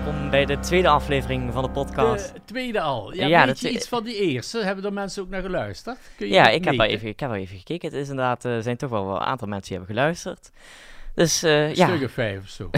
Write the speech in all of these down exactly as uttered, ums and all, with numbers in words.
welkom bij de tweede aflevering van de podcast. De tweede al. Ja, Ja, weet je de twe- iets van die eerste? Hebben er mensen ook naar geluisterd? Kun je Ja, dat ik heb, wel meten? even, ik heb wel even gekeken. Het is inderdaad, er zijn toch wel een aantal mensen die hebben geluisterd. Dus eh Een ja, stuk of vijf of zo.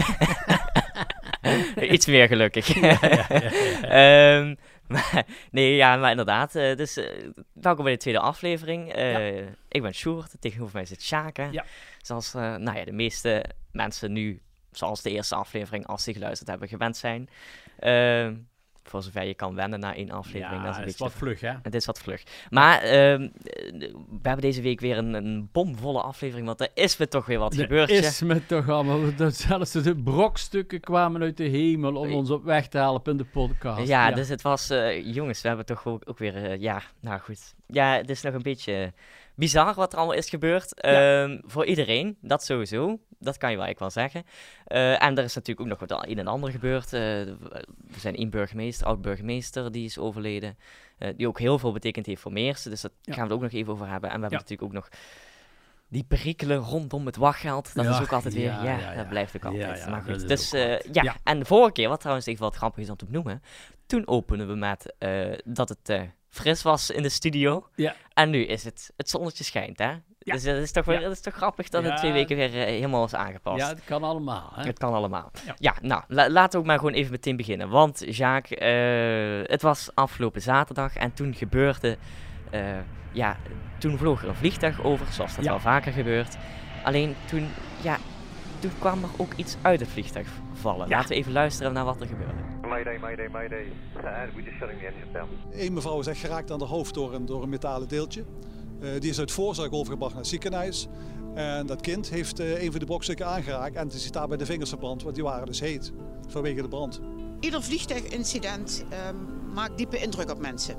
iets meer gelukkig. ja, ja, ja, ja. Ehm, maar, nee, ja, maar inderdaad. eh, dus eh, welkom bij de tweede aflevering. Eh, Ik ben Sjoerd, tegenover mij zit Sjake. Ja. Zoals eh, nou ja, de meeste mensen nu, zoals de eerste aflevering, als ze geluisterd hebben, gewend zijn. Ehm, voor zover je kan wennen na één aflevering. Ja, dat is een het is beetje wat vlug, hè? Het is wat vlug. Maar ehm, we hebben deze week weer een, een bomvolle aflevering, want er is me toch weer wat Er gebeurd. is me toch allemaal... Dat zelfs de brokstukken kwamen uit de hemel om ons op weg te helpen in de podcast. Ja, dus het was... eh, jongens, we hebben toch ook, ook weer... eh, ja, nou goed. Ja, het is nog een beetje bizar wat er allemaal is gebeurd. Ja. Ehm, voor iedereen, dat sowieso. Dat kan je wel, ik wel zeggen. Eh, en er is natuurlijk ook nog wat een en ander gebeurd. Eh, er zijn één burgemeester, oud-burgemeester, die is overleden. eh, die ook heel veel betekend heeft voor Meersen. Dus daar Ja. gaan we het ook nog even over hebben. En we hebben Ja. natuurlijk ook nog die perikelen rondom het wachtgeld. Dat Ja, is ook altijd weer... ja, Ja, ja, ja. dat blijft ook altijd. Ja, ja, maar dat goed, is dus ook eh, wat. ja. Ja. En de vorige keer, wat trouwens even wat grappig is om te benoemen... Toen openen we met eh, dat het eh, fris was in de studio. Ja. En nu is het... Het zonnetje schijnt, hè? Ja. Dus het is toch, weer, Ja. het is toch grappig dat het Ja. twee weken weer eh, helemaal is aangepast. Ja, het kan allemaal, hè? Het kan allemaal. Ja. Ja, nou, la- laten we ook maar gewoon even meteen beginnen. Want, Jacques, eh, het was afgelopen zaterdag en toen gebeurde... eh, ja, toen vloog er een vliegtuig over, zoals dat Ja. wel vaker gebeurt. Alleen toen, ja, toen kwam er ook iets uit het vliegtuig vallen. Ja. Laten we even luisteren naar wat er gebeurde. Mayday, mayday, mayday. Uh, we're just shutting the engine down. Eén mevrouw is echt geraakt aan de hoofd door een, door een metalen deeltje. Uh, die is uit Voorzorg overgebracht naar het ziekenhuis. En dat kind heeft uh, een van de brokstukken aangeraakt en het zit daar bij de vingers verbrand, want die waren dus heet vanwege de brand. Ieder vliegtuigincident um, maakt diepe indruk op mensen.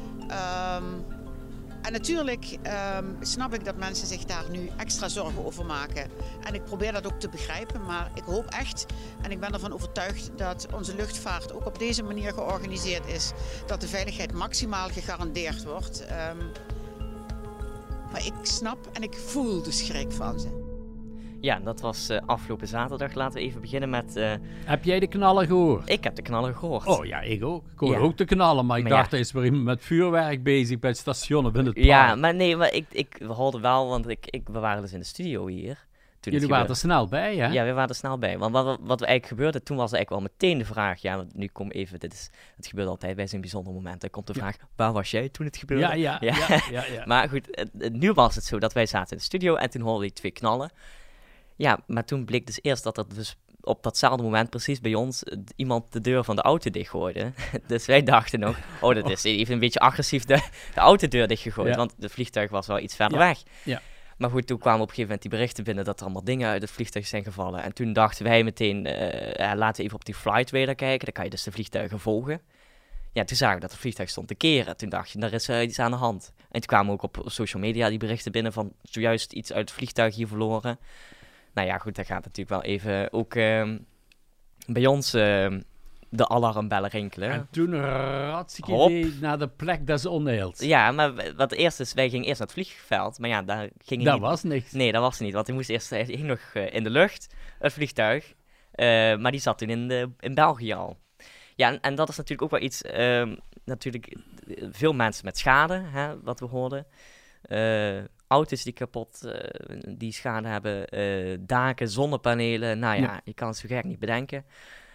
Um, en natuurlijk um, snap ik dat mensen zich daar nu extra zorgen over maken. En ik probeer dat ook te begrijpen, maar ik hoop echt en ik ben ervan overtuigd dat onze luchtvaart ook op deze manier georganiseerd is. Dat de veiligheid maximaal gegarandeerd wordt. Um, maar ik snap en ik voel de schrik van ze. Ja, dat was eh, afgelopen zaterdag. Laten we even beginnen met... eh, Heb jij de knallen gehoord? ik heb de knallen gehoord. Oh ja, ik ook. Ik hoorde Ja. ook de knallen, maar ik Maar dacht, ja. er is weer iemand met vuurwerk bezig bij het station of in het park. Ja, maar nee, maar ik, ik we hoorden wel, want ik, ik, we waren dus in de studio hier. Toen Jullie het waren er gebeurde. snel bij, hè? Ja, we waren er snel bij. Want wat, wat er eigenlijk gebeurde, toen was er eigenlijk wel meteen de vraag... Ja, want nu kom even, dit is... Het gebeurt altijd bij zo'n bijzonder moment. Dan komt de Ja. vraag, waar was jij toen het gebeurde? Ja, ja, Ja. ja, ja, ja. Maar goed, het- het- nu was het zo dat wij zaten in de studio en toen hoorden we die twee knallen. Ja, maar toen bleek dus eerst dat er dus op datzelfde moment precies bij ons eh, iemand de deur van de auto dichtgooide. Dus wij dachten nog, oh, dat is even een beetje agressief de, de autodeur dichtgegooid, Ja. want het vliegtuig was wel iets verder Ja. weg. Ja. Maar goed, toen kwamen op een gegeven moment die berichten binnen dat er allemaal dingen uit het vliegtuig zijn gevallen. En toen dachten wij meteen, eh, ja, laten we even op die FlightRadar kijken, dan kan je dus de vliegtuigen volgen. Ja, toen zagen we dat het vliegtuig stond te keren. Toen dacht je, daar is uh, iets aan de hand. En toen kwamen ook op social media die berichten binnen van zojuist iets uit het vliegtuig hier verloren. Nou ja, goed, dan gaat natuurlijk wel even ook uh, bij ons uh, de alarmbellen rinkelen. En toen ratzieke Hop. idee naar de plek des onheils. Ja, maar wat eerst is, wij gingen eerst naar het vliegveld, maar ja, daar ging Dat niet. was niks. Nee, dat was het niet, want hij moest eerst, hij hing nog uh, in de lucht, het vliegtuig, uh, maar die zat toen in, de, in België al. Ja, en, en dat is natuurlijk ook wel iets, uh, natuurlijk veel mensen met schade, hè, wat we hoorden. Uh, auto's die kapot, uh, die schade hebben, uh, daken, zonnepanelen, nou ja, Ja. je kan het zo gek niet bedenken.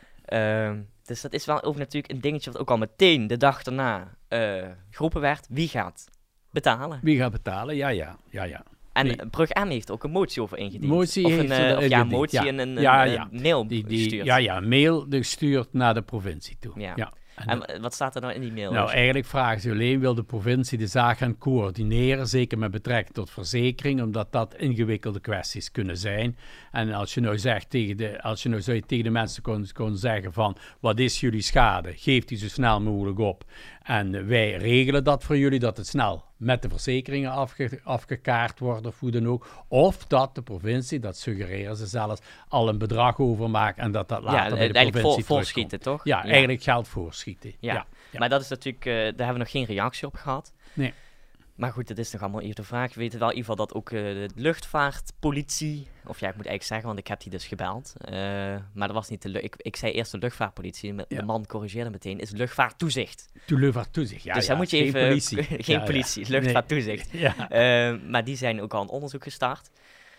Uh, dus dat is wel ook natuurlijk een dingetje wat ook al meteen de dag daarna uh, geroepen werd, wie gaat betalen? Wie gaat betalen? Ja, ja, ja, ja. En Nee. Brug M heeft ook een motie over ingediend. Motie of heeft een, ze uh, er of ja, een ingediend, motie ja. en een, Ja, een, ja. een mail Die, die, gestuurd. ja, ja, mail gestuurd naar de provincie toe. Ja. Ja. En En de- uh, wat staat er nou in die mail? nou, eigenlijk vragen ze alleen, wil de provincie de zaak gaan coördineren, zeker met betrekking tot verzekering, omdat dat ingewikkelde kwesties kunnen zijn. En als je nou zegt tegen de, als je nou zou je tegen de mensen kon, kon zeggen van, wat is jullie schade? Geef die zo snel mogelijk op. En wij regelen dat voor jullie, dat het snel met de verzekeringen afge, afgekaart wordt of hoe dan ook. Of dat de provincie, dat suggereren ze zelfs, al een bedrag overmaakt en dat dat later ja, bij de eigenlijk provincie voor, terugkomt. voorschieten, toch? Ja, eigenlijk geld voorschieten. Ja. Ja. Ja. Maar dat is natuurlijk, uh, daar hebben we nog geen reactie op gehad. Nee. Maar goed, het is nog allemaal even de vraag. We weten wel in ieder geval dat ook uh, de luchtvaartpolitie... Of ja, ik moet eigenlijk zeggen, want ik heb die dus gebeld. Uh, maar dat was niet de... Lu- ik, ik zei eerst de luchtvaartpolitie. De ja. man corrigeerde meteen. Is luchtvaarttoezicht. De luchtvaarttoezicht, ja. Dus ja, dan moet je geen even... Politie. geen ja, politie, ja. luchtvaarttoezicht. Nee. Ja. Uh, maar die zijn ook al een onderzoek gestart.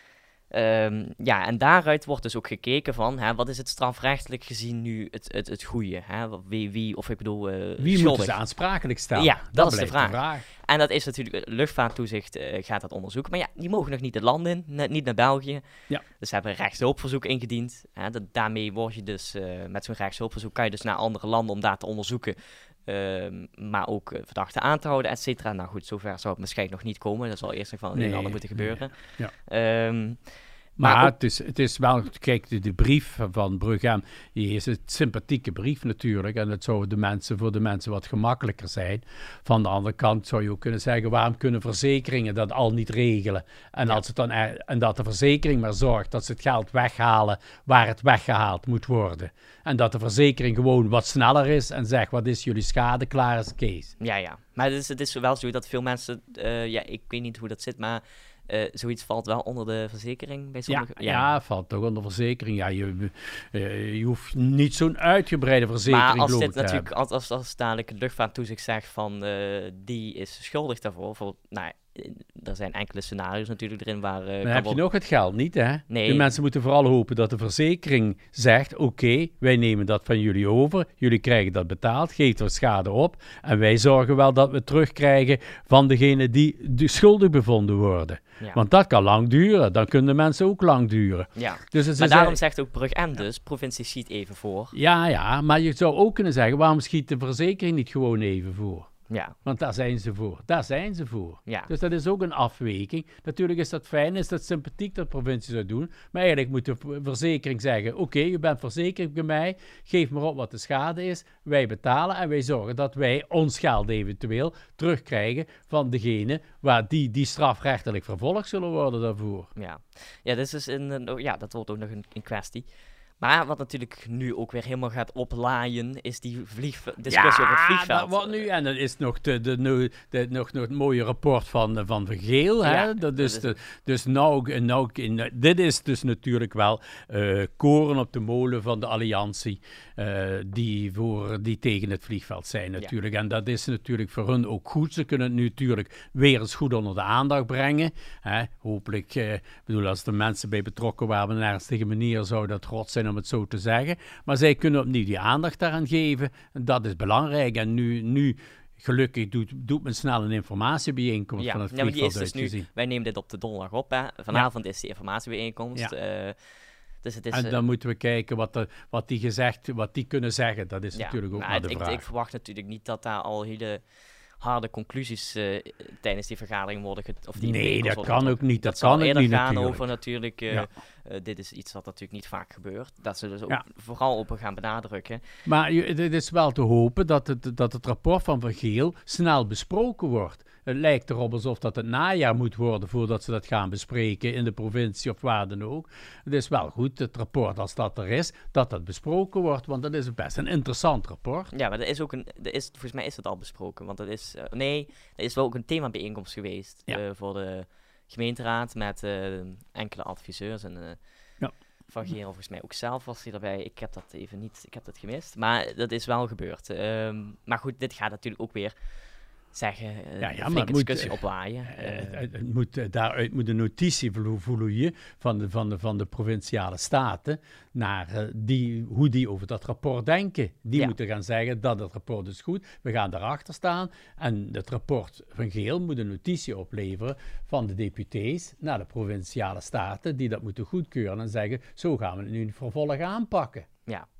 Um, ja, en daaruit wordt dus ook gekeken van, hè, wat is het strafrechtelijk gezien nu het, het, het goede? Hè? Wie, wie, of ik bedoel, uh, wie schuldig. moeten ze aansprakelijk stellen? Ja, dat, dat is de vraag. de vraag. En dat is natuurlijk, luchtvaarttoezicht uh, gaat dat onderzoeken. Maar ja, die mogen nog niet het land in, net, niet naar België. Ja. Dus ze hebben een rechtshulpverzoek ingediend. Hè? Dat, daarmee word je dus, uh, met zo'n rechtshulpverzoek kan je dus naar andere landen om daar te onderzoeken. Uh, maar ook uh, verdachten aan te houden, et cetera. Nou goed, zover zou het misschien nog niet komen. Dat zal eerst nog van een nee, en ander moeten gebeuren. Nee. Ja. Um, Maar, maar ook, het, is, het is wel, kijk, de, de brief van Bruggem, die is een sympathieke brief natuurlijk. En dat zou de mensen, voor de mensen wat gemakkelijker zijn. Van de andere kant zou je ook kunnen zeggen, waarom kunnen verzekeringen dat al niet regelen? En, ja. als het dan er, en dat de verzekering maar zorgt dat ze het geld weghalen waar het weggehaald moet worden. En dat de verzekering gewoon wat sneller is en zegt, wat is jullie schade, klaar is Kees. Ja, ja. Maar het is, het is wel zo dat veel mensen, uh, ja, ik weet niet hoe dat zit, maar... Uh, zoiets valt wel onder de verzekering bij sommige... Ja, ja. ja, valt toch onder verzekering. Ja, je, uh, je hoeft niet zo'n uitgebreide verzekering maar als te dit natuurlijk, hebben. Als, als, als dadelijk het luchtvaarttoezicht zegt van uh, die is schuldig daarvoor, voor, nou, er zijn enkele scenario's natuurlijk erin waar... Uh, maar heb je nog het geld niet, hè? Nee. De mensen moeten vooral hopen dat de verzekering zegt, oké, okay, wij nemen dat van jullie over, jullie krijgen dat betaald, geeft er schade op en wij zorgen wel dat we het terugkrijgen van degene die de schuldig bevonden worden. Ja. Want dat kan lang duren, dan kunnen mensen ook lang duren. Ja. Dus het maar daarom zegt ook Bruggem dus, ja. provincie schiet even voor. Ja, ja, maar je zou ook kunnen zeggen, waarom schiet de verzekering niet gewoon even voor? Ja. Want daar zijn ze voor. Daar zijn ze voor. Ja. Dus dat is ook een afweging. Natuurlijk is dat fijn, is dat sympathiek dat de provincie zou doen. Maar eigenlijk moet de verzekering zeggen, oké, okay, u bent verzekerd bij mij, geef maar op wat de schade is, wij betalen en wij zorgen dat wij ons geld eventueel terugkrijgen van degene waar die, die strafrechtelijk vervolgd zullen worden daarvoor. Ja, ja, dus is een, ja dat wordt ook nog een, een kwestie. Maar wat natuurlijk nu ook weer helemaal gaat oplaaien, is die vlieg, discussie ja, over het vliegveld. Dat wordt nu, en dat is nog, de, de, de, de, nog, nog het mooie rapport van Van Vergeel. Hè? Ja, dat is de, dus nou, nou, in, dit is dus natuurlijk wel uh, koren op de molen van de alliantie uh, die, voor, die tegen het vliegveld zijn natuurlijk. Ja. En dat is natuurlijk voor hun ook goed. Ze kunnen het nu natuurlijk weer eens goed onder de aandacht brengen. Hè? Hopelijk, uh, bedoel, als de mensen bij betrokken waren op een ernstige manier, zou dat rot zijn om het zo te zeggen. Maar zij kunnen opnieuw die aandacht daaraan geven. En dat is belangrijk. En nu, nu gelukkig doet, doet men snel een informatiebijeenkomst ja. van het ja, maar die is vliegveld dus nu, wij nemen dit op de donderdag op. Hè. Vanavond ja. is die informatiebijeenkomst. Ja. Uh, dus het is, en dan uh, moeten we kijken wat, de, wat, die gezegd, wat die kunnen zeggen. Dat is ja. natuurlijk ook nou, maar de ik, vraag. Ik verwacht natuurlijk niet dat daar al hele harde conclusies uh, tijdens die vergadering worden get- of die Nee, dat kan op. ook niet. Dat, dat kan zal eerder niet gaan natuurlijk. over natuurlijk... Uh, ja. uh, dit is iets wat natuurlijk niet vaak gebeurt. Dat ze dus ook ja. vooral op gaan benadrukken. Maar het is wel te hopen dat het, dat het rapport van Vergeel snel besproken wordt. Het lijkt erop alsof dat het najaar moet worden voordat ze dat gaan bespreken in de provincie of waar dan ook. Het is wel goed, het rapport als dat er is, dat dat besproken wordt, want dat is best een interessant rapport. Ja, maar er is ook een, er is, volgens mij is het al besproken, want dat is, uh, nee, er is wel ook een themabijeenkomst geweest ja. uh, voor de gemeenteraad met uh, enkele adviseurs en uh, ja. Van Geel volgens mij ook zelf was hij erbij. Ik heb dat even niet, ik heb dat gemist, maar dat is wel gebeurd. Um, maar goed, dit gaat natuurlijk ook weer zeggen, uh, ja, ja, maar een discussie moet, oplaaien. Uh, het, het moet, uh, daaruit moet een notitie vloeien van de, van, de, van de provinciale staten naar uh, die, hoe die over dat rapport denken. Die ja. moeten gaan zeggen dat het rapport is goed, we gaan daarachter staan en het rapport van Geel moet een notitie opleveren van de deputés naar de provinciale staten die dat moeten goedkeuren en zeggen, zo gaan we het nu vervolg aanpakken. Ja,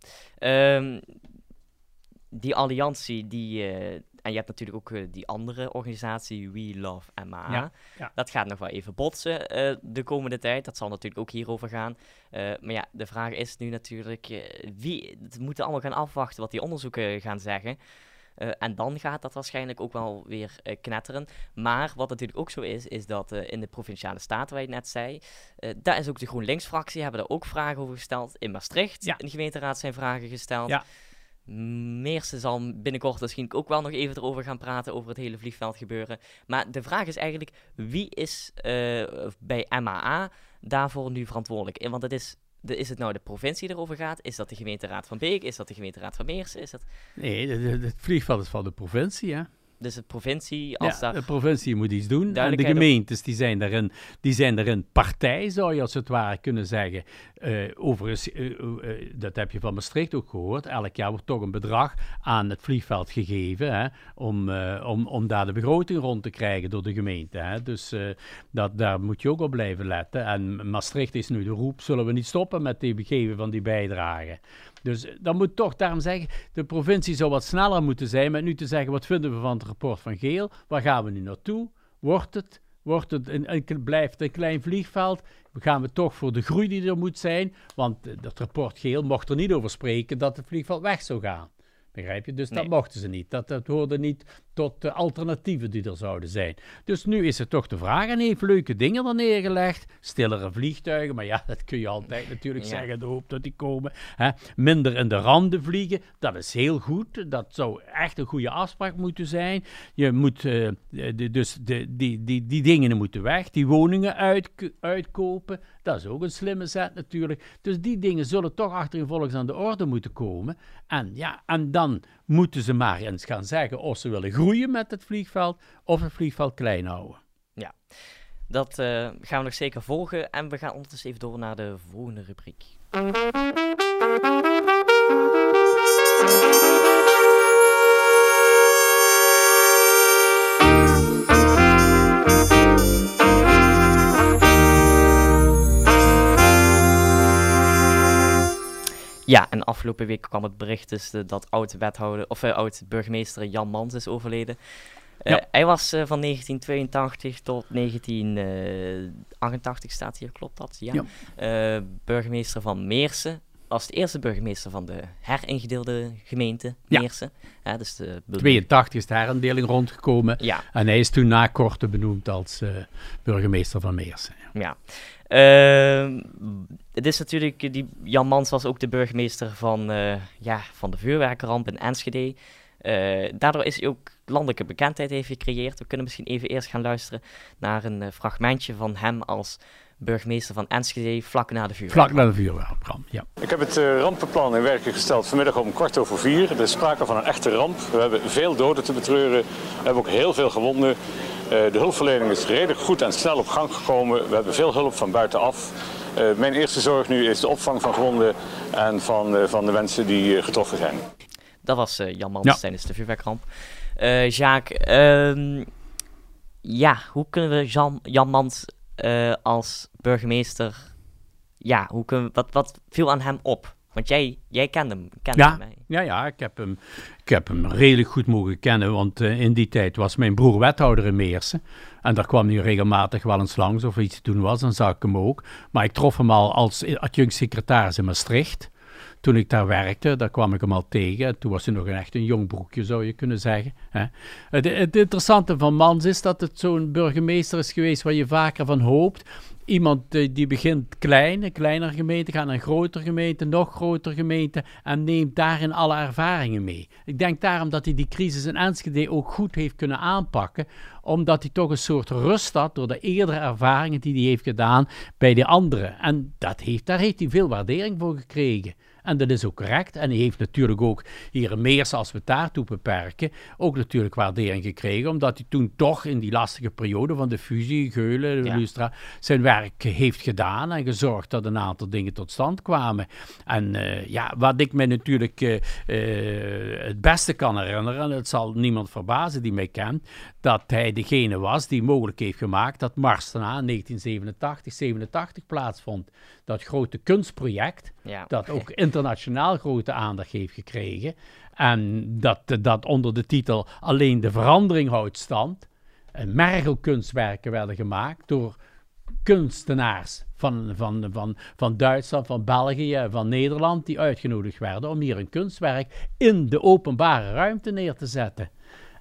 um, die alliantie die... Uh, En je hebt natuurlijk ook uh, die andere organisatie, We Love M A. Ja, ja. Dat gaat nog wel even botsen uh, de komende tijd. Dat zal natuurlijk ook hierover gaan. Uh, maar ja, de vraag is nu natuurlijk... Uh, wie, we moeten allemaal gaan afwachten wat die onderzoeken gaan zeggen. Uh, en dan gaat dat waarschijnlijk ook wel weer uh, knetteren. Maar wat natuurlijk ook zo is, is dat uh, in de Provinciale Staten, waar je net zei... Uh, daar is ook de GroenLinks-fractie, hebben daar ook vragen over gesteld. In Maastricht, ja. in de gemeenteraad zijn vragen gesteld. Ja. Meersen zal binnenkort misschien ook wel nog even erover gaan praten, over het hele vliegveld gebeuren. Maar de vraag is eigenlijk, wie is uh, bij M A A daarvoor nu verantwoordelijk? Want het is, de, is het nou de provincie die erover gaat? Is dat de gemeenteraad van Beek? Is dat de gemeenteraad van Meersen? Is dat... Nee, het vliegveld is van de provincie, hè. Dus de provincie, als ja, daar... de provincie moet iets doen. En de gemeentes, die zijn daarin, die zijn daarin partij, zou je als het ware kunnen zeggen. Uh, overigens, uh, uh, dat heb je van Maastricht ook gehoord. Elk jaar wordt toch een bedrag aan het vliegveld gegeven, hè, om, uh, om, om daar de begroting rond te krijgen door de gemeente. Hè. Dus uh, dat, daar moet je ook op blijven letten. En Maastricht is nu de roep, zullen we niet stoppen met het geven van die bijdrage. Dus dan moet toch, daarom zeggen, de provincie zou wat sneller moeten zijn met nu te zeggen, wat vinden we van het rapport van Geel? Waar gaan we nu naartoe? Wordt het, wordt het een, een, blijft een klein vliegveld? Gaan we toch voor de groei die er moet zijn? Want uh, dat rapport Geel mocht er niet over spreken dat het vliegveld weg zou gaan. Begrijp je? Dus nee. Dat mochten ze niet. Dat, dat hoorde niet tot de alternatieven die er zouden zijn. Dus nu is het toch de vraag, en heeft leuke dingen er neergelegd. Stillere vliegtuigen, maar ja, dat kun je altijd natuurlijk ja. zeggen, de hoop dat die komen. Hè. Minder in de randen vliegen, dat is heel goed. Dat zou echt een goede afspraak moeten zijn. Je moet, uh, de, dus de, die, die, die dingen moeten weg, die woningen uit, uitkopen. Dat is ook een slimme zet natuurlijk. Dus die dingen zullen toch achtereenvolgens aan de orde moeten komen. En ja, en dan moeten ze maar eens gaan zeggen of ze willen groeien met het vliegveld of het vliegveld klein houden. Ja, dat uh, gaan we nog zeker volgen. En we gaan ondertussen even door naar de volgende rubriek. Ja, en afgelopen week kwam het bericht dus de, dat oud-wethouder, of uh, oud-burgemeester Jan Mans is overleden. Uh, ja. Hij was uh, van negentien tweeëntachtig tot negentien achtentachtig, staat hier, klopt dat? Ja. ja. Uh, burgemeester van Meersen. Als de eerste burgemeester van de heringedeelde gemeente Meersen. Ja. Ja, dus de tweeëntachtig is de herindeling rondgekomen. Ja. En hij is toen na korte benoemd als uh, burgemeester van Meersen. Ja. Uh, het is natuurlijk, die Jan Mans was ook de burgemeester van, uh, ja, van de vuurwerkramp in Enschede. Uh, daardoor is hij ook landelijke bekendheid heeft gecreëerd. We kunnen misschien even eerst gaan luisteren naar een uh, fragmentje van hem als burgemeester van Enschede vlak na de vuurwerkramp. Vlak na de vuurwerkramp, ja. Ik heb het uh, rampenplan in werking gesteld vanmiddag om kwart over vier. Er is sprake van een echte ramp. We hebben veel doden te betreuren. We hebben ook heel veel gewonden. Uh, de hulpverlening is redelijk goed en snel op gang gekomen. We hebben veel hulp van buitenaf. Uh, mijn eerste zorg nu is de opvang van gewonden en van, uh, van de mensen die uh, getroffen zijn. Dat was uh, Jan Mans ja. tijdens de vuurwerkramp. Uh, Jacques, uh, ja, hoe kunnen we Jan, Jan Mans uh, als burgemeester, ja, hoe kunnen, wat, wat viel aan hem op? Want jij, jij kende hem, kende ja, hem. Hè? Ja, ja, ik heb hem, ik heb hem redelijk goed mogen kennen, want uh, in die tijd was mijn broer wethouder in Meersen. En daar kwam hij regelmatig wel eens langs of er iets te doen was, dan zag ik hem ook. Maar ik trof hem al als adjunct-secretaris in Maastricht. Toen ik daar werkte, daar kwam ik hem al tegen. Toen was hij nog een echt een jong broekje, zou je kunnen zeggen. Hè. Het, het interessante van Mans is dat het zo'n burgemeester is geweest waar je vaker van hoopt. Iemand uh, die begint klein, een kleiner gemeente, gaat naar een grotere gemeente, nog grotere gemeente en neemt daarin alle ervaringen mee. Ik denk daarom dat hij die crisis in Enschede ook goed heeft kunnen aanpakken, omdat hij toch een soort rust had door de eerdere ervaringen die hij heeft gedaan bij de anderen. En dat heeft, daar heeft hij veel waardering voor gekregen. En dat is ook correct. En hij heeft natuurlijk ook hier in Meersen, als we het daartoe beperken, ook natuurlijk waardering gekregen. Omdat hij toen toch in die lastige periode van de fusie, Geulen, ja. Lustra, zijn werk heeft gedaan en gezorgd dat een aantal dingen tot stand kwamen. En uh, ja, wat ik me natuurlijk uh, uh, het beste kan herinneren, en het zal niemand verbazen die mij kent, dat hij degene was die mogelijk heeft gemaakt dat Mars daarna in negentien zevenentachtig, zevenentachtig plaatsvond. Dat grote kunstproject, ja. dat ook internationaal grote aandacht heeft gekregen. En dat, dat onder de titel Alleen de verandering houdt stand. Mergelkunstwerken werden gemaakt door kunstenaars van, van, van, van Duitsland, van België, van Nederland, die uitgenodigd werden om hier een kunstwerk in de openbare ruimte neer te zetten.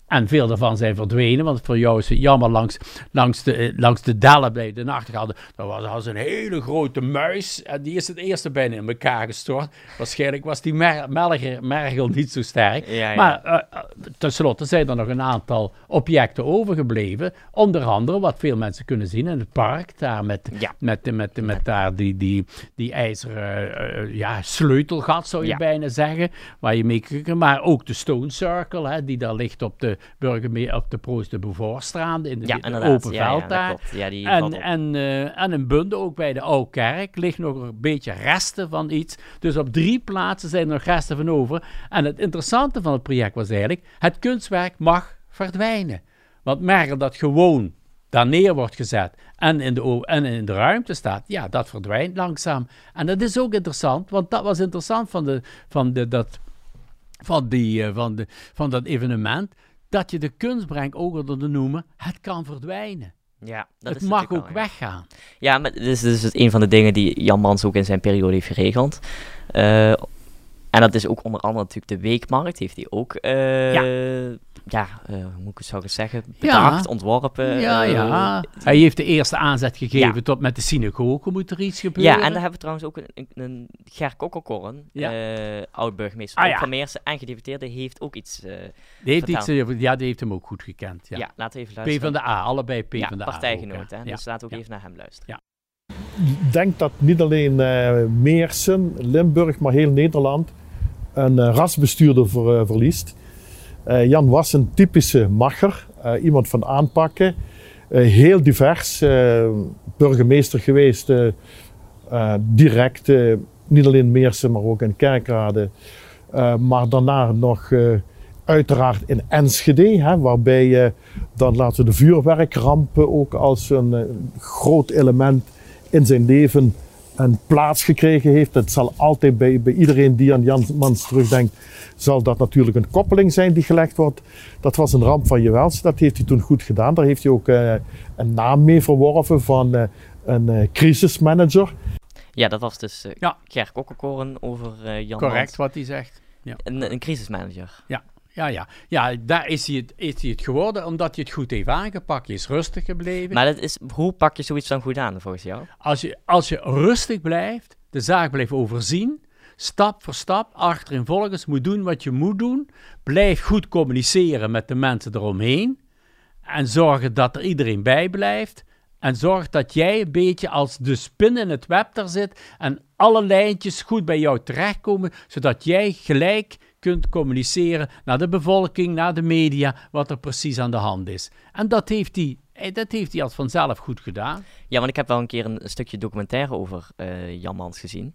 En veel daarvan zijn verdwenen, want voor jou is het jammer, langs, langs, de, langs de dellen bij de nachtegaal, daar was, was een hele grote muis en die is het eerste bijna in elkaar gestort. Waarschijnlijk was die mer, merger, mergel niet zo sterk. Ja, ja. Maar uh, tenslotte zijn er nog een aantal objecten overgebleven, onder andere wat veel mensen kunnen zien in het park, daar met, ja. met, met, met, met daar die, die, die ijzeren uh, ja, sleutelgat zou je ja. bijna zeggen, waar je mee kunt, maar ook de Stone Circle, hè, die daar ligt op de burgemeester op de Proost de Beauvoirstraat in de, ja, de open ja, veld ja, daar. Ja, die en, en, uh, en in Bunde, ook bij de Oude Kerk, ligt nog een beetje resten van iets. Dus op drie plaatsen zijn er nog resten van over. En het interessante van het project was eigenlijk, het kunstwerk mag verdwijnen. Want merken dat gewoon daar neer wordt gezet en in, de, en in de ruimte staat, ja, dat verdwijnt langzaam. En dat is ook interessant, want dat was interessant van, de, van, de, dat, van, die, uh, van, de, van dat evenement, dat je de kunst brengt, ook onder te noemen, het kan verdwijnen. Ja, dat het is mag ook al, ja. weggaan. Ja, maar dit is dus een van de dingen die Jan Mans ook in zijn periode heeft geregeld. Uh, en dat is ook onder andere natuurlijk de weekmarkt, heeft hij ook, uh, ja, ja uh, hoe moet ik het zo zeggen, bedacht, ja. ontworpen. Ja, uh, ja. Hij heeft de eerste aanzet gegeven ja. tot met de synagoge moet er iets gebeuren. Ja, en daar hebben we trouwens ook een, een, een Ger Kokkelkorn, ja. uh, oud-burgemeester ah, ja. van Meersen en gedeputeerde, heeft ook iets uh, die heeft iets, uh, Ja, die heeft hem ook goed gekend. Ja, ja laten we even luisteren. P van de A, allebei P ja, van de A. partijgenoot, hè, ja. dus laten we ook ja. even naar hem luisteren. Ja. Ik denk dat niet alleen uh, Meersen, Limburg, maar heel Nederland een uh, rasbestuurder ver, uh, verliest. Uh, Jan was een typische macher, uh, iemand van aanpakken, uh, heel divers, uh, burgemeester geweest, uh, uh, direct, uh, niet alleen Meersen, maar ook in Kerkrade. Uh, maar daarna nog uh, uiteraard in Enschede, hè, waarbij uh, dan laten we de vuurwerkrampen ook als een uh, groot element in zijn leven een plaats gekregen heeft. Het zal altijd bij, bij iedereen die aan Jan Mans terugdenkt, zal dat natuurlijk een koppeling zijn die gelegd wordt. Dat was een ramp van Jewels, dat heeft hij toen goed gedaan. Daar heeft hij ook uh, een naam mee verworven van uh, een uh, crisismanager. Ja, dat was dus uh, ja. Ger Kokkelkorn over uh, Jan Correct Mans. wat hij zegt. Ja. Een, een crisismanager. Ja. Ja, ja. ja, daar is hij, het, is hij het geworden omdat hij het goed heeft aangepakt. Je is rustig gebleven. Maar dat is, hoe pak je zoiets dan goed aan volgens jou? Als je, als je rustig blijft, de zaak blijft overzien, stap voor stap, achtereenvolgens moet doen wat je moet doen. Blijf goed communiceren met de mensen eromheen. En zorgen dat er iedereen bij blijft. En zorg dat jij een beetje als de spin in het web daar zit. En alle lijntjes goed bij jou terechtkomen. Zodat jij gelijk kunt communiceren naar de bevolking, naar de media, wat er precies aan de hand is. En dat heeft hij, dat heeft hij als vanzelf goed gedaan. Ja, want ik heb wel een keer een, een stukje documentaire over uh, Jan Mans gezien.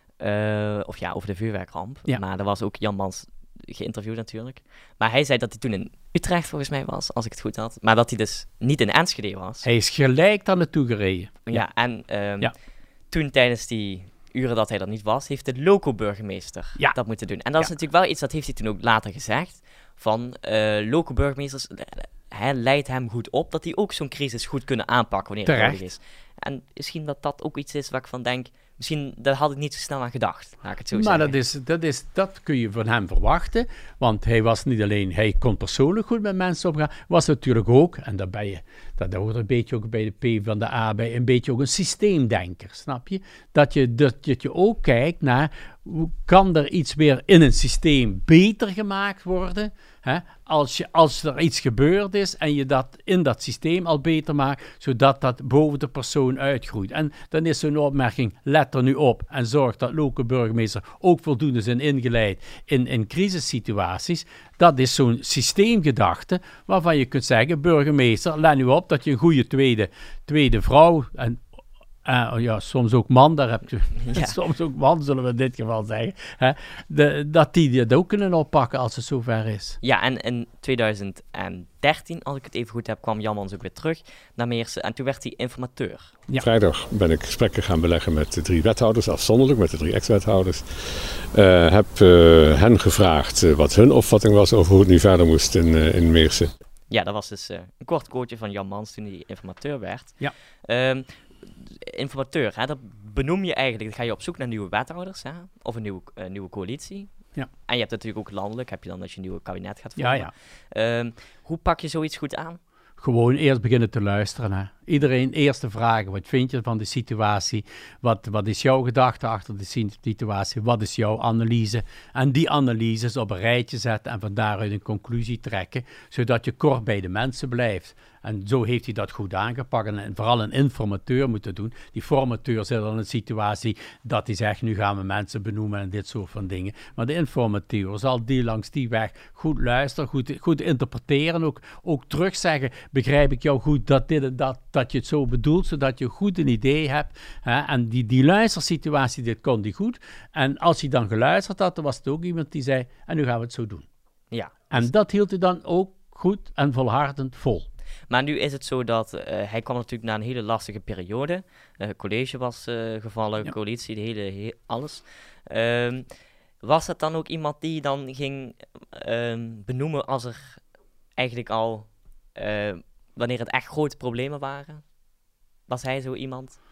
Uh, of ja, over de vuurwerkramp. Ja. Maar er was ook Jan Mans geïnterviewd natuurlijk. Maar hij zei dat hij toen in Utrecht volgens mij was, als ik het goed had. Maar dat hij dus niet in Enschede was. Hij is gelijk daar naartoe gereden. Ja, ja en um, ja. toen tijdens die uren dat hij er niet was, heeft de loco-burgemeester ja. dat moeten doen. En dat ja. is natuurlijk wel iets, dat heeft hij toen ook later gezegd, van uh, loco-burgemeesters, hij leidt hem goed op, dat die ook zo'n crisis goed kunnen aanpakken wanneer het nodig is. En misschien dat dat ook iets is waar ik van denk, misschien, daar had ik niet zo snel aan gedacht, laat ik het zo maar zeggen. Maar dat, is, dat, is, dat kun je van hem verwachten, want hij was niet alleen, hij kon persoonlijk goed met mensen omgaan, was natuurlijk ook, en daar ben je, dat hoort een beetje ook bij de P van de A bij, een beetje ook een systeemdenker, snap je? Dat je, dat je ook kijkt naar, hoe kan er iets weer in een systeem beter gemaakt worden, hè? Als, je, als er iets gebeurd is en je dat in dat systeem al beter maakt, zodat dat boven de persoon uitgroeit. En dan is zo'n opmerking, let er nu op en zorg dat lokale burgemeester ook voldoende zijn ingeleid in, in crisissituaties. Dat is zo'n systeemgedachte waarvan je kunt zeggen, burgemeester, let nu op dat je een goede tweede, tweede vrouw en Uh, ja, soms ook man, daar heb je, ja. soms ook man, zullen we in dit geval zeggen, hè, de, dat die dat ook kunnen oppakken als het zover is. Ja, en in tweeduizend dertien, als ik het even goed heb, kwam Jan Mans ook weer terug naar Meersen en toen werd hij informateur. Ja. Vrijdag ben ik gesprekken gaan beleggen met de drie wethouders, afzonderlijk met de drie ex-wethouders. Uh, heb uh, hen gevraagd uh, wat hun opvatting was over hoe het nu verder moest in, uh, in Meersen. Ja, dat was dus uh, een kort quoteje van Jan Mans toen hij informateur werd. Ja. Um, informateur, hè, dat benoem je eigenlijk, dan ga je op zoek naar nieuwe wethouders, hè, of een nieuwe, uh, nieuwe coalitie. Ja. En je hebt natuurlijk ook landelijk, heb je dan als je een nieuwe kabinet gaat Ja, vormen. ja. Um, hoe pak je zoiets goed aan? Gewoon eerst beginnen te luisteren. Hè. Iedereen eerst te vragen, wat vind je van de situatie? Wat, wat is jouw gedachte achter de situatie? Wat is jouw analyse? En die analyses op een rijtje zetten en van daaruit een conclusie trekken, zodat je kort bij de mensen blijft. En zo heeft hij dat goed aangepakt. En vooral een informateur moeten doen. Die formateur zit al in een situatie dat hij zegt, nu gaan we mensen benoemen en dit soort van dingen. Maar de informateur zal die langs die weg goed luisteren, goed, goed interpreteren. Ook, ook terugzeggen, begrijp ik jou goed dat, dit en dat, dat je het zo bedoelt, zodat je goed een idee hebt. Hè? En die, die luistersituatie, dit kon die goed. En als hij dan geluisterd had, dan was het ook iemand die zei, en nu gaan we het zo doen. Ja. En dus dat hield hij dan ook goed en volhardend vol. Maar nu is het zo dat uh, hij kwam natuurlijk na een hele lastige periode. Uh, college was uh, gevallen, ja. Coalitie, de hele, he- alles. Um, was het dan ook iemand die dan ging um, benoemen als er eigenlijk al, uh, wanneer het echt grote problemen waren? Was hij zo iemand?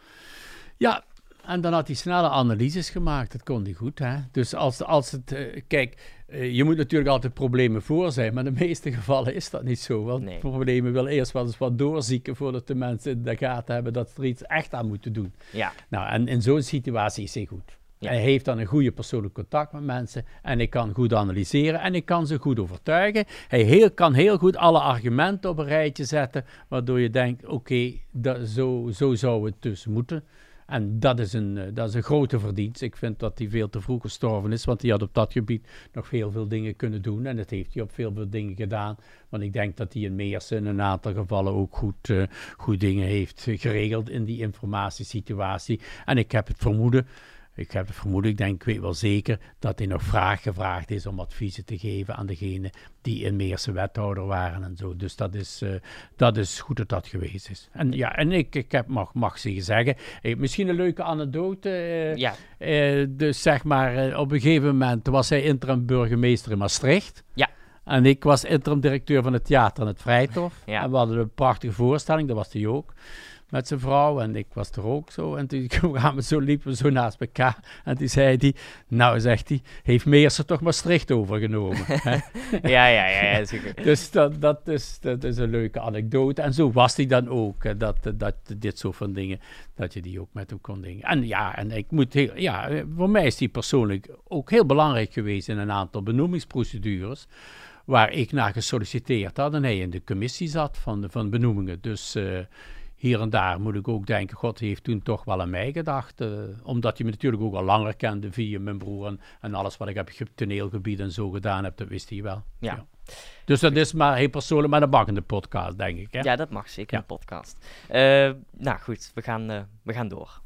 Ja, en dan had hij snelle analyses gemaakt. Dat kon hij goed, hè. Dus als, als het... Uh, kijk, uh, je moet natuurlijk altijd problemen voor zijn, maar in de meeste gevallen is dat niet zo. Want nee. Problemen wil eerst wel eens wat doorzieken voordat de mensen in de gaten hebben dat ze er iets echt aan moeten doen. Ja. Nou, en in zo'n situatie is hij goed. Ja. Hij heeft dan een goede persoonlijk contact met mensen en ik kan goed analyseren en ik kan ze goed overtuigen. Hij heel, kan heel goed alle argumenten op een rijtje zetten, waardoor je denkt, oké, okay, zo, zo zou het dus moeten. En dat is, een, uh, dat is een grote verdienst. Ik vind dat hij veel te vroeg gestorven is, want hij had op dat gebied nog heel veel dingen kunnen doen. En dat heeft hij op veel, veel dingen gedaan. Want ik denk dat hij in Meersen in een aantal gevallen ook goed, uh, goed dingen heeft geregeld in die informatiesituatie. En ik heb het vermoeden... Ik heb het vermoeden, ik denk, ik weet wel zeker, dat hij nog vraag gevraagd is om adviezen te geven aan degene die in Meersen wethouder waren en zo. Dus dat is, uh, dat is goed dat dat geweest is. En ja, en ik, ik heb, mag, mag ze zeggen, eh, misschien een leuke anekdote. Uh, ja. Uh, dus zeg maar, uh, op een gegeven moment was hij interim burgemeester in Maastricht. Ja. En ik was interim directeur van het theater aan het Vrijthof. Ja. En we hadden een prachtige voorstelling, dat was hij ook. Met zijn vrouw en ik was er ook zo. En toen gaan we zo, liepen we zo naast elkaar. En toen zei hij, nou zegt hij, heeft Meersen toch Maastricht overgenomen. ja, ja, ja. ja zeker. Dus dat, dat, is, dat is een leuke anekdote. En zo was hij dan ook. Dat, dat, dit soort van dingen, dat je die ook met hem kon dingen. En ja, en ik moet heel, ja, voor mij is hij persoonlijk ook heel belangrijk geweest in een aantal benoemingsprocedures. Waar ik naar gesolliciteerd had en hij in de commissie zat van, van benoemingen. Dus... Uh, Hier en daar moet ik ook denken, God heeft toen toch wel aan mij gedacht. Uh, omdat hij me natuurlijk ook al langer kende via mijn broer. En, en alles wat ik op het toneelgebied en zo gedaan heb, dat wist hij wel. Ja. Ja. Dus dat is maar heel persoonlijk, maar dat mag in de podcast, denk ik. Hè? Ja, dat mag zeker ja. in de podcast. Uh, nou goed, we gaan, uh, we gaan door.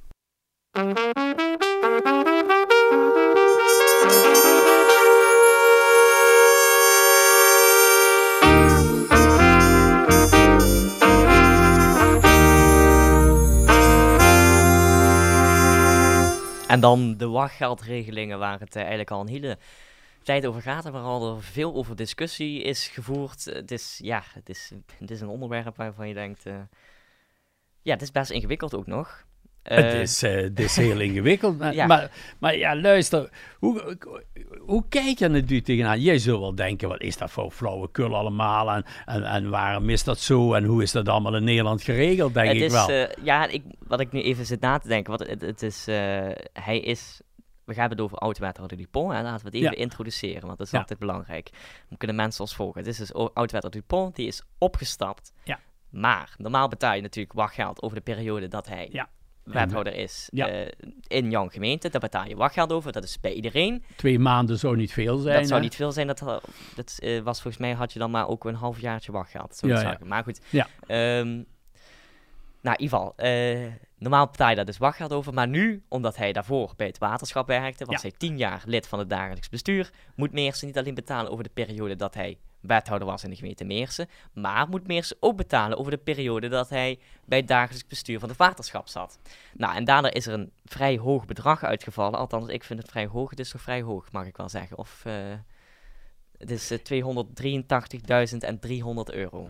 En dan de wachtgeldregelingen, waar het uh, eigenlijk al een hele tijd over gaat en waar al er veel over discussie is gevoerd. Het is, ja, het is, het is een onderwerp waarvan je denkt, uh, ja, het is best ingewikkeld ook nog. Uh, het, is, uh, het is heel ingewikkeld. Maar, ja. Maar, maar ja, luister, hoe, hoe kijk je er natuurlijk tegenaan? Jij zult wel denken, wat is dat voor flauwekul allemaal en, en, en waarom is dat zo en hoe is dat allemaal in Nederland geregeld, denk het ik is, wel. Uh, ja, ik, wat ik nu even zit na te denken, wat het, het is, uh, hij is... We gaan het over oud-wethouder Dupont en laten we het even ja. introduceren, want dat is ja. altijd belangrijk. Dan kunnen mensen ons volgen. Dit is dus oud-wethouder Dupont, die is opgestapt. Ja. Maar normaal betaal je natuurlijk wachtgeld over de periode dat hij ja. wethouder is ja. uh, in jouw gemeente. Daar betaal je wachtgeld over, dat is bij iedereen. Twee maanden zou niet veel zijn. Dat zou hè? niet veel zijn. Dat, dat uh, was volgens mij had je dan maar ook een halfjaartje wachtgeld. Zo ja, ja. Maar goed. Ja. Um, nou, in ieder geval... Uh, Normaal betaal je daar dus wachtgeld over, maar nu, omdat hij daarvoor bij het waterschap werkte, was ja. hij tien jaar lid van het dagelijks bestuur, moet Meersen niet alleen betalen over de periode dat hij wethouder was in de gemeente Meersen, maar moet Meersen ook betalen over de periode dat hij bij het dagelijks bestuur van het waterschap zat. Nou, en daardoor is er een vrij hoog bedrag uitgevallen, althans ik vind het vrij hoog, het is toch vrij hoog, mag ik wel zeggen, of uh, het is uh, tweehonderddrieëntachtigduizend driehonderd euro.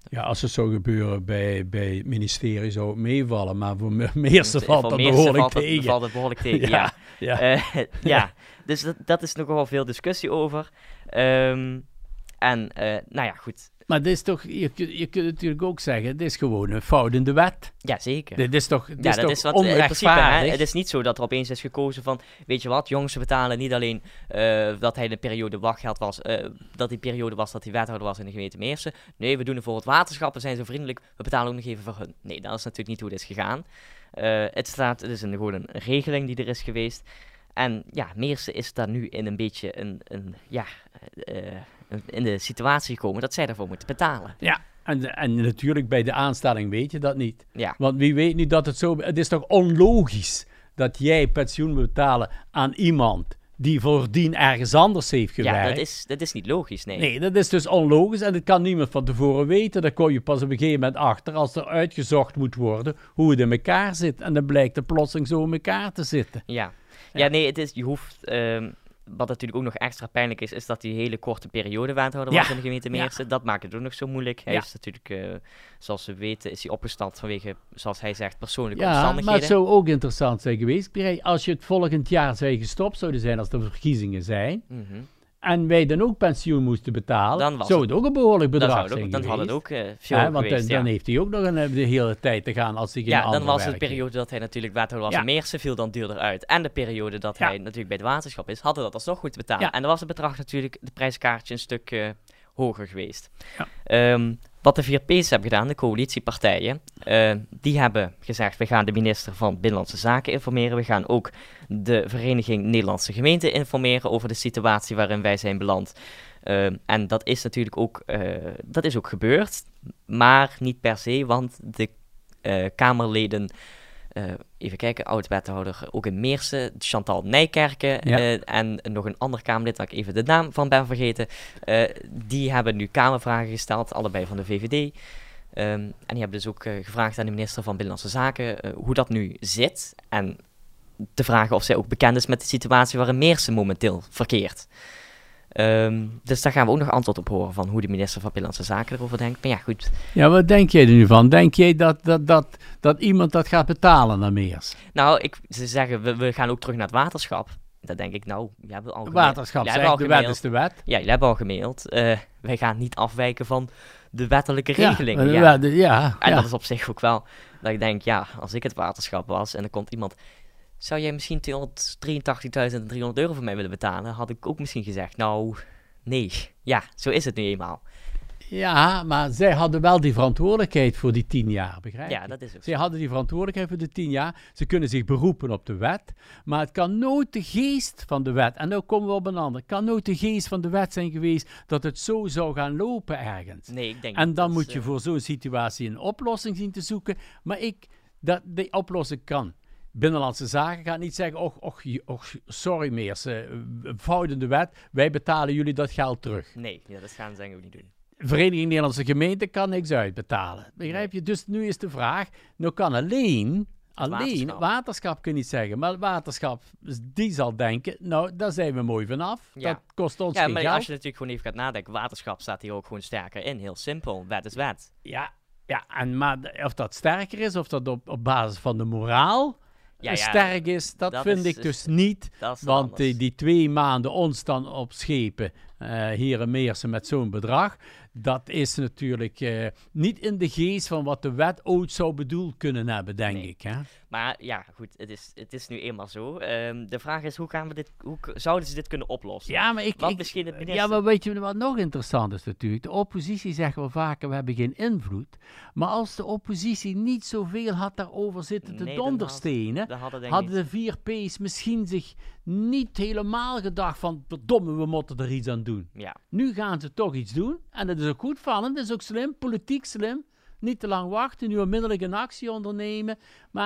Ja, als het zou gebeuren bij, bij het ministerie zou het meevallen, maar voor me- Meersen valt Voor dat Meersen behoorlijk valt het- tegen. valt het behoorlijk tegen, ja. ja. Eh, ja, dus dat, dat is nog wel veel discussie over. Ehm, en, eh, nou ja, goed. Maar dit is toch, je, kunt- je kunt natuurlijk ook zeggen, dit is gewoon een fout in de wet. Ja, zeker. Dit is toch, dit Ja, is dat toch is wat in principe, hè, onrechtvaardig? het is niet zo dat er opeens is gekozen van, weet je wat, jongsten betalen niet alleen eh, dat hij de periode wachtgeld was, eh, dat die periode was dat hij wethouder was in de gemeente Meersen. Nee, we doen het voor het waterschap, we zijn zo vriendelijk, we betalen ook nog even voor hun. Nee, dat is natuurlijk niet hoe het is gegaan. Eh, het staat, het is een, gewoon een regeling die er is geweest. En ja, Meersen is daar nu in een beetje een, een ja, eh, in de situatie gekomen dat zij daarvoor moeten betalen. Ja, en, en natuurlijk bij de aanstelling weet je dat niet. Ja. Want wie weet nu dat het zo... Het is toch onlogisch dat jij pensioen moet betalen aan iemand die voordien ergens anders heeft gewerkt. Ja, dat is, dat is niet logisch, nee. Nee, dat is dus onlogisch en dat kan niemand van tevoren weten. Daar kom je pas op een gegeven moment achter als er uitgezocht moet worden hoe het in elkaar zit. En dan blijkt het plotseling zo in elkaar te zitten. Ja, ja nee, het is, je hoeft... ehm, wat natuurlijk ook nog extra pijnlijk is, is dat hij een hele korte periode wethouder was Ja. in de gemeente Ja. Meersen. Dat maakt het ook nog zo moeilijk. Hij Ja. is natuurlijk, eh, zoals we weten, is hij opgestapt vanwege, zoals hij zegt, persoonlijke Ja, omstandigheden. maar het zou ook interessant zijn geweest, Pierre, als je het volgend jaar zou gestopt zouden zijn als er verkiezingen zijn, Mhm. en wij dan ook pensioen moesten betalen, Dan was zou het- het ook een behoorlijk Dan, bedrag zou het zijn ook, dan had het geweest. ook eh, veel Ja, want geweest, dan, ja. dan heeft hij ook nog een, de hele tijd te gaan als hij geen Ja, dan ander was werk de periode dat hij natuurlijk wethouder was Ja. in Meersen, viel dan duurder uit. En de periode dat Ja. hij natuurlijk bij het waterschap is, hadden dat alsnog goed betalen. Ja. En dan was het bedrag natuurlijk, de prijskaartje, een stuk eh, hoger geweest. Ja. Ehm, wat de vier P's hebben gedaan, de coalitiepartijen, eh, die hebben gezegd, we gaan de minister van Binnenlandse Zaken informeren. We gaan ook de Vereniging Nederlandse Gemeenten informeren over de situatie waarin wij zijn beland. Ehm, en dat is natuurlijk ook, eh, dat is ook gebeurd, maar niet per se, want de eh, Kamerleden, eh, even kijken, oud-wethouder ook in Meersen, Chantal Nijkerken, Ja. eh, en nog een ander Kamerlid, waar ik even de naam van ben vergeten, eh, die hebben nu Kamervragen gesteld, allebei van de V V D. Ehm, en die hebben dus ook eh, gevraagd aan de minister van Binnenlandse Zaken eh, hoe dat nu zit. En te vragen of zij ook bekend is met de situatie waarin Meersen momenteel verkeert. Ehm, dus daar gaan we ook nog antwoord op horen van hoe de minister van Binnenlandse Zaken erover denkt. Maar ja, goed. Ja, wat denk jij er nu van? Denk jij dat, dat, dat, dat iemand dat gaat betalen naar Meers? Nou, ik, ze zeggen we, we gaan ook terug naar het waterschap. Dan denk ik, nou, je hebt al Het gemaild. waterschap Jullie hebben zegt, al de wet gemaild. is de wet. Ja, jullie hebben al gemaild. Eh, wij gaan niet afwijken van de wettelijke Ja, regelingen. de Ja, wet- de- ja, En ja. dat is op zich ook wel, dat ik denk, ja, als ik het waterschap was en er komt iemand, zou jij misschien tweehonderddrieëntachtigduizend driehonderd euro voor mij willen betalen? Had ik ook misschien gezegd, nou, nee. Ja, zo is het nu eenmaal. Ja, maar zij hadden wel die verantwoordelijkheid voor die tien jaar, begrijp je? Ja, dat is ook Zij zo. hadden die verantwoordelijkheid voor de tien jaar. Ze kunnen zich beroepen op de wet, maar het kan nooit de geest van de wet, en nu komen we op een ander, het kan nooit de geest van de wet zijn geweest dat het zo zou gaan lopen ergens. Nee, ik denk En niet dan dat moet is, je eh, voor zo'n situatie een oplossing zien te zoeken. Maar ik, dat die oplossing kan. Binnenlandse Zaken gaat niet zeggen, och, och, och sorry Meersen, fout in de wet, wij betalen jullie dat geld terug. Nee, ja, dat gaan ze denk ik ook niet doen. Vereniging Nederlandse Gemeenten kan niks uitbetalen. Begrijp je? Dus nu is de vraag, nou kan alleen, alleen, waterschap. waterschap kun je niet zeggen, maar het waterschap, die zal denken, nou, daar zijn we mooi vanaf. Ja. Dat kost ons Ja, geen maar geld. als je natuurlijk gewoon even gaat nadenken, waterschap staat hier ook gewoon sterker in. Heel simpel, wet is wet. Ja, ja en maar de- of dat sterker is, of dat op, op basis van de moraal Ja, eh, ja, sterk is, dat, dat vind is- ik dus niet. Dat is dan Want anders. die, die twee maanden ons dan op schepen, eh, hier in Meersen met zo'n bedrag, dat is natuurlijk eh, niet in de geest van wat de wet ooit zou bedoeld kunnen hebben, denk Nee. ik. Hè? Maar ja, goed, het is, het is nu eenmaal zo. Ehm, de vraag is, hoe, gaan we dit, hoe k- zouden ze dit kunnen oplossen? Ja, maar ik, Want ik- misschien het minister... ja, maar weet je wat nog interessant is natuurlijk? De oppositie zegt wel vaker, we hebben geen invloed. Maar als de oppositie niet zoveel had daarover zitten te Nee, dan donderstenen, Dat hadden denk ik hadden niet. de vier P's misschien zich niet helemaal gedacht van, verdomme, we moeten er iets aan doen. Ja, Nu gaan ze toch iets doen. En dat is ook goed van hen. Dat is ook slim, politiek slim. Niet te lang wachten, nu onmiddellijk een actie ondernemen. Maar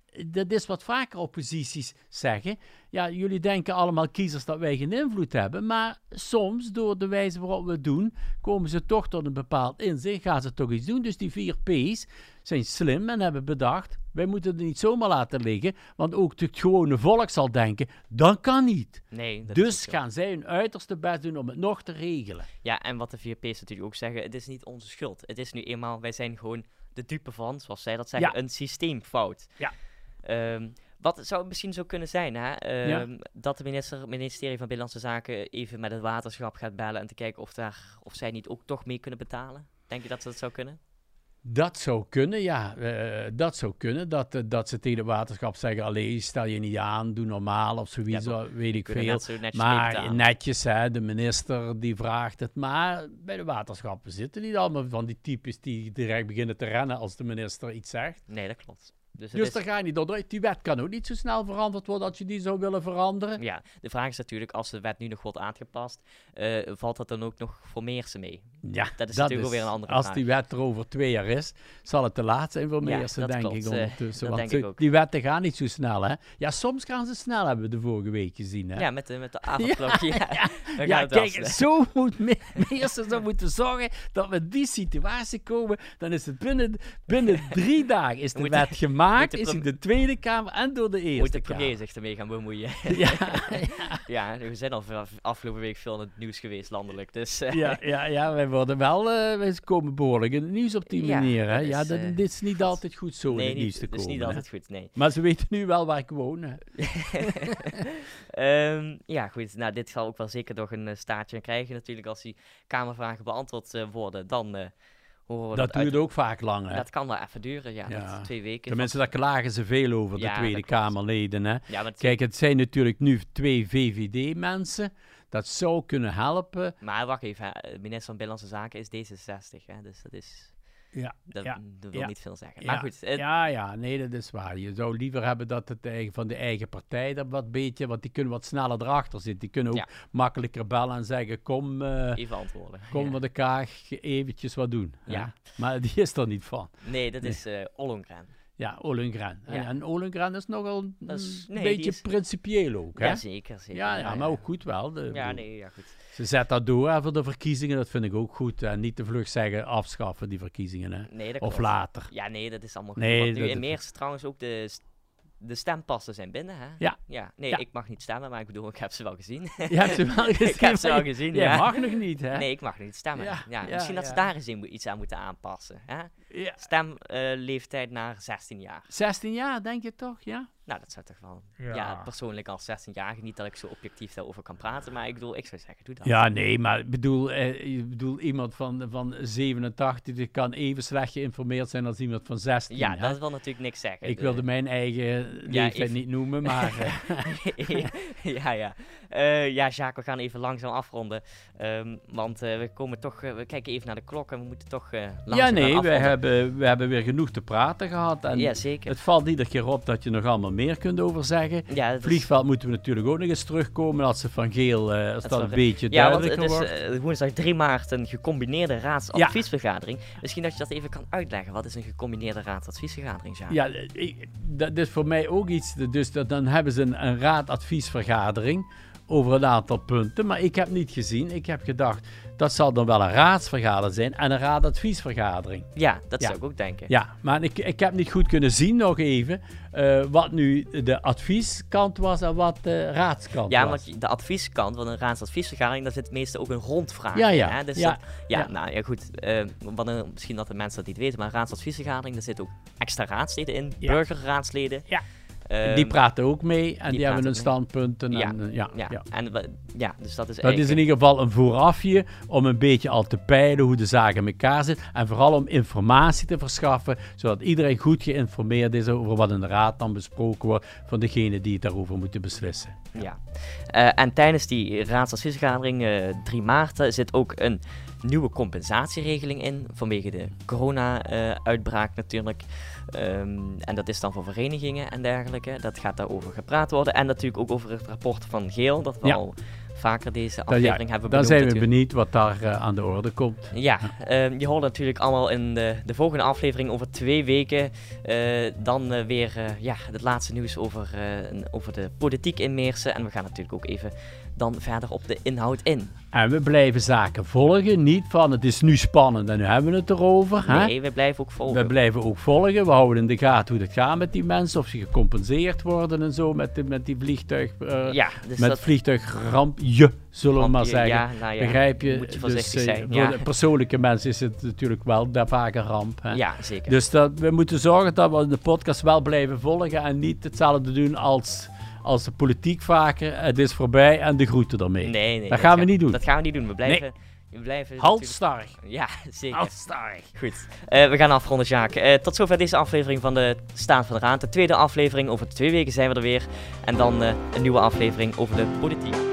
dat is wat vaker opposities zeggen. Ja, jullie denken allemaal kiezers dat wij geen invloed hebben. Maar soms, door de wijze waarop we het doen, komen ze toch tot een bepaald inzicht. Gaan ze toch iets doen. Dus die vier P's zijn slim en hebben bedacht, wij moeten het niet zomaar laten liggen. Want ook het gewone volk zal denken, dat kan niet. Nee, dat dus is zo. gaan zij hun uiterste best doen om het nog te regelen. Ja, en wat de vier P's natuurlijk ook zeggen, het is niet onze schuld. Het is nu eenmaal, wij zijn gewoon de dupe van, zoals zij dat zeggen, Ja. een systeemfout. Ja. Ehm, wat zou het misschien zo kunnen zijn, hè? Ehm, Ja. dat de minister, ministerie van Binnenlandse Zaken even met het waterschap gaat bellen en te kijken of, daar, of zij niet ook toch mee kunnen betalen? Denk je dat ze dat zou kunnen? Dat zou kunnen, ja. Uh, dat zou kunnen. Dat, uh, dat ze tegen het waterschap zeggen, allee, stel je niet aan, doe normaal of zoiets, Ja, weet ik kunnen veel. net zo netjes Maar meebetalen. netjes, hè, de minister die vraagt het. Maar bij de waterschappen zitten niet allemaal van die types die direct beginnen te rennen als de minister iets zegt. Nee, dat klopt. Dus, het Dus is- daar ga je niet door. Die wet kan ook niet zo snel veranderd worden als je die zou willen veranderen. Ja, de vraag is natuurlijk, als de wet nu nog wordt aangepast, eh, valt dat dan ook nog voor Meersen mee? Ja, Dat is natuurlijk ook weer een andere als vraag. die wet er over twee jaar is, zal het te laat zijn voor Ja, Meersen, dat denk klopt, ik eh, ondertussen. dat Want denk ik ze- ook. die wetten gaan niet zo snel, hè. Ja, soms gaan ze snel, hebben we de vorige week gezien, hè. Ja, met de, met de avondklok. Ja, ja, dan ja, gaat het wel kijk, snel. zo moet Me- Meersen zo moeten zorgen dat we in die situatie komen. Dan is het binnen, binnen drie dagen is de Moet- wet gemaakt, moet de is prom- in de Tweede Kamer en door de Moet Eerste de premier Kamer. zich ermee gaan bemoeien? Ja, Ja, we zijn al vanaf afgelopen week veel in het nieuws geweest, landelijk. Dus eh, ja, ja, ja, wij worden wel, eh, wij komen behoorlijk in het nieuws op die Ja, manier, hè. dat is, Ja, dat, eh, dit is niet altijd goed zo in nee, het nieuws niet, te dat is komen. niet hè. altijd goed, nee. Maar ze weten nu wel waar ik woon, hè. Ehm, ja, goed. Nou, dit zal ook wel zeker nog een eh, staartje krijgen natuurlijk. Als die Kamervragen beantwoord eh, worden, dan eh horen we Dat uit- duurt ook vaak lang, hè. Dat kan wel even duren, ja. Ja. Dat twee weken. Tenminste, daar klagen ze veel over, de Ja, Tweede dat klopt. Kamerleden, hè. Ja, maar het- Kijk, het zijn natuurlijk nu twee V V D-mensen. Dat zou kunnen helpen. Maar wacht even, hè. De minister van Binnenlandse Zaken is D zesenzestig, hè. Dus dat is... Ja, Dat, ja, dat wil ja. niet veel zeggen. ja, Maar goed, het- ja, ja, nee, dat is waar. Je zou liever hebben dat het eigen, van de eigen partij dat wat beetje, want die kunnen wat sneller erachter zitten. Die kunnen ook Ja. makkelijker bellen en zeggen, kom, eh, even antwoorden. kom Ja. we de Kaag eventjes wat doen. hè. Ja. Maar die is er niet van. Nee, dat is eh Ollongren. Ja, Ollongren. En, Ja. en Ollongren is nogal een Dat is- een nee, die beetje is- principieel ook, hè? Ja, zeker, zeker. Ja, ja, maar ook goed wel. De- Ja, bedoel, nee, ja, goed. Ze zet dat door hè, voor de verkiezingen, dat vind ik ook goed. En niet te vlug zeggen afschaffen die verkiezingen, hè. Nee, dat Of klopt. later. Ja, nee, dat is allemaal goed. Nee, Want nu dat- in Meersen trouwens ook de, st- de stempassen zijn binnen, hè? Ja. Ja, nee, Ja. ik mag niet stemmen, maar ik bedoel, ik heb ze wel gezien. Je hebt ze wel gezien. Ik heb ze maar wel je- gezien, Jij ja. mag nog niet, hè? Nee, ik mag niet stemmen. Ja, Ja, ja, misschien dat ze ja. daar eens in mo- iets aan moeten aanpassen. Hè? Ja. Stemleeftijd naar zestien jaar. zestien jaar, denk je toch? Ja? Nou, dat zou toch wel... Ja. Ja, persoonlijk als zestienjarige, niet dat ik zo objectief daarover kan praten, maar ik bedoel, ik zou zeggen, doe dat. Ja, nee, maar ik bedoel, eh, ik bedoel iemand van, van zevenentachtig die kan even slecht geïnformeerd zijn als iemand van zestien. Ja, hè? dat wil natuurlijk niks zeggen. Ik De- wilde mijn eigen leeftijd even- niet noemen, maar... eh, ja, ja. Eh, ja, Jacques, we gaan even langzaam afronden. Ehm, want eh, we komen toch, eh, we kijken even naar de klok en we moeten toch eh langzaam ja, gaan nee, wij afronden. hebben, we hebben weer genoeg te praten gehad. En Ja, zeker. het valt iedere keer op dat je nog allemaal meer kunt over zeggen. Ja, dat Het is- vliegveld moeten we natuurlijk ook nog eens terugkomen als ze van Geel, eh, als dat dat is een wel- beetje Ja, want duidelijker het is wordt. eh, woensdag drie maart een gecombineerde raadsadviesvergadering. Misschien dat je dat even kan uitleggen. Wat is een gecombineerde raadsadviesvergadering, Jacques? Ja, eh, ik- dat is voor mij ook iets. Dus dat, dan hebben ze een, een raadadviesvergadering over een aantal punten. Maar ik heb niet gezien. Ik heb gedacht, dat zal dan wel een raadsvergadering zijn en een raadadviesvergadering. Ja, dat Ja. zou ik ook denken. Ja, maar ik, ik heb niet goed kunnen zien nog even eh, wat nu de advieskant was en wat de raadskant Ja, was. want de advieskant van een raadsadviesvergadering, daar zit meestal ook een rondvraag Ja, in. ja. Hè? Dus Ja, dat- ja, ja. nou ja, goed. eh, wat een- misschien dat de mensen dat niet weten, maar een raadsadviesvergadering, daar zitten ook extra raadsleden in, Ja. burgerraadsleden. Ja. Ehm, die praten ook mee en die, die hebben hun praten mee. standpunten. Ja, En, eh, ja, ja, ja. En, we- ja, dus dat is Dat is eigenlijk... in ieder geval een voorafje om een beetje al te peilen hoe de zaken in elkaar zitten. En vooral om informatie te verschaffen, zodat iedereen goed geïnformeerd is over wat in de raad dan besproken wordt van degene die het daarover moeten beslissen. Ja, Eh, en tijdens die raadsadviesvergadering eh, drie maart eh, zit ook een nieuwe compensatieregeling in, vanwege de corona-uitbraak natuurlijk. Ehm, en dat is dan voor verenigingen en dergelijke. Dat gaat daarover gepraat worden. En natuurlijk ook over het rapport van Geel, dat we Ja. al vaker deze Dan, aflevering ja, hebben dan benoemd. zijn we natuurlijk. benieuwd wat daar uh, aan de orde komt. Ja, uh, je hoort natuurlijk allemaal in de, de volgende aflevering over twee weken. Uh, dan uh, weer uh, ja, het laatste nieuws over, uh, over de politiek in Meersen. En we gaan natuurlijk ook even dan verder op de inhoud in. En we blijven zaken volgen. Niet van het is nu spannend en nu hebben we het erover. Nee, hè? we blijven ook volgen. We blijven ook volgen. We houden in de gaten hoe het gaat met die mensen. Of ze gecompenseerd worden en zo met, de, met die vliegtuig. Uh, ja, dus met dat... vliegtuigrampje, zullen we Rampje, maar zeggen. Ja, nou ja, Begrijp je? moet je voorzichtig dus, uh, zijn. Voor Ja. de persoonlijke mensen is het natuurlijk wel daar vaak een ramp. Hè? Ja, zeker. Dus dat, we moeten zorgen dat we de podcast wel blijven volgen. En niet hetzelfde doen als... Als de politiek vaker, het is voorbij en de groeten ermee. Nee, nee. Dat gaan we ga, niet doen. Dat gaan we niet doen. We blijven... Nee. We blijven Halstarrig. Ja, zeker. Halstarrig. Goed. Uh, we gaan afronden, Sjaak. Uh, tot zover deze aflevering van de Staat van de Raad. De tweede aflevering. Over twee weken zijn we er weer. En dan uh, een nieuwe aflevering over de politiek.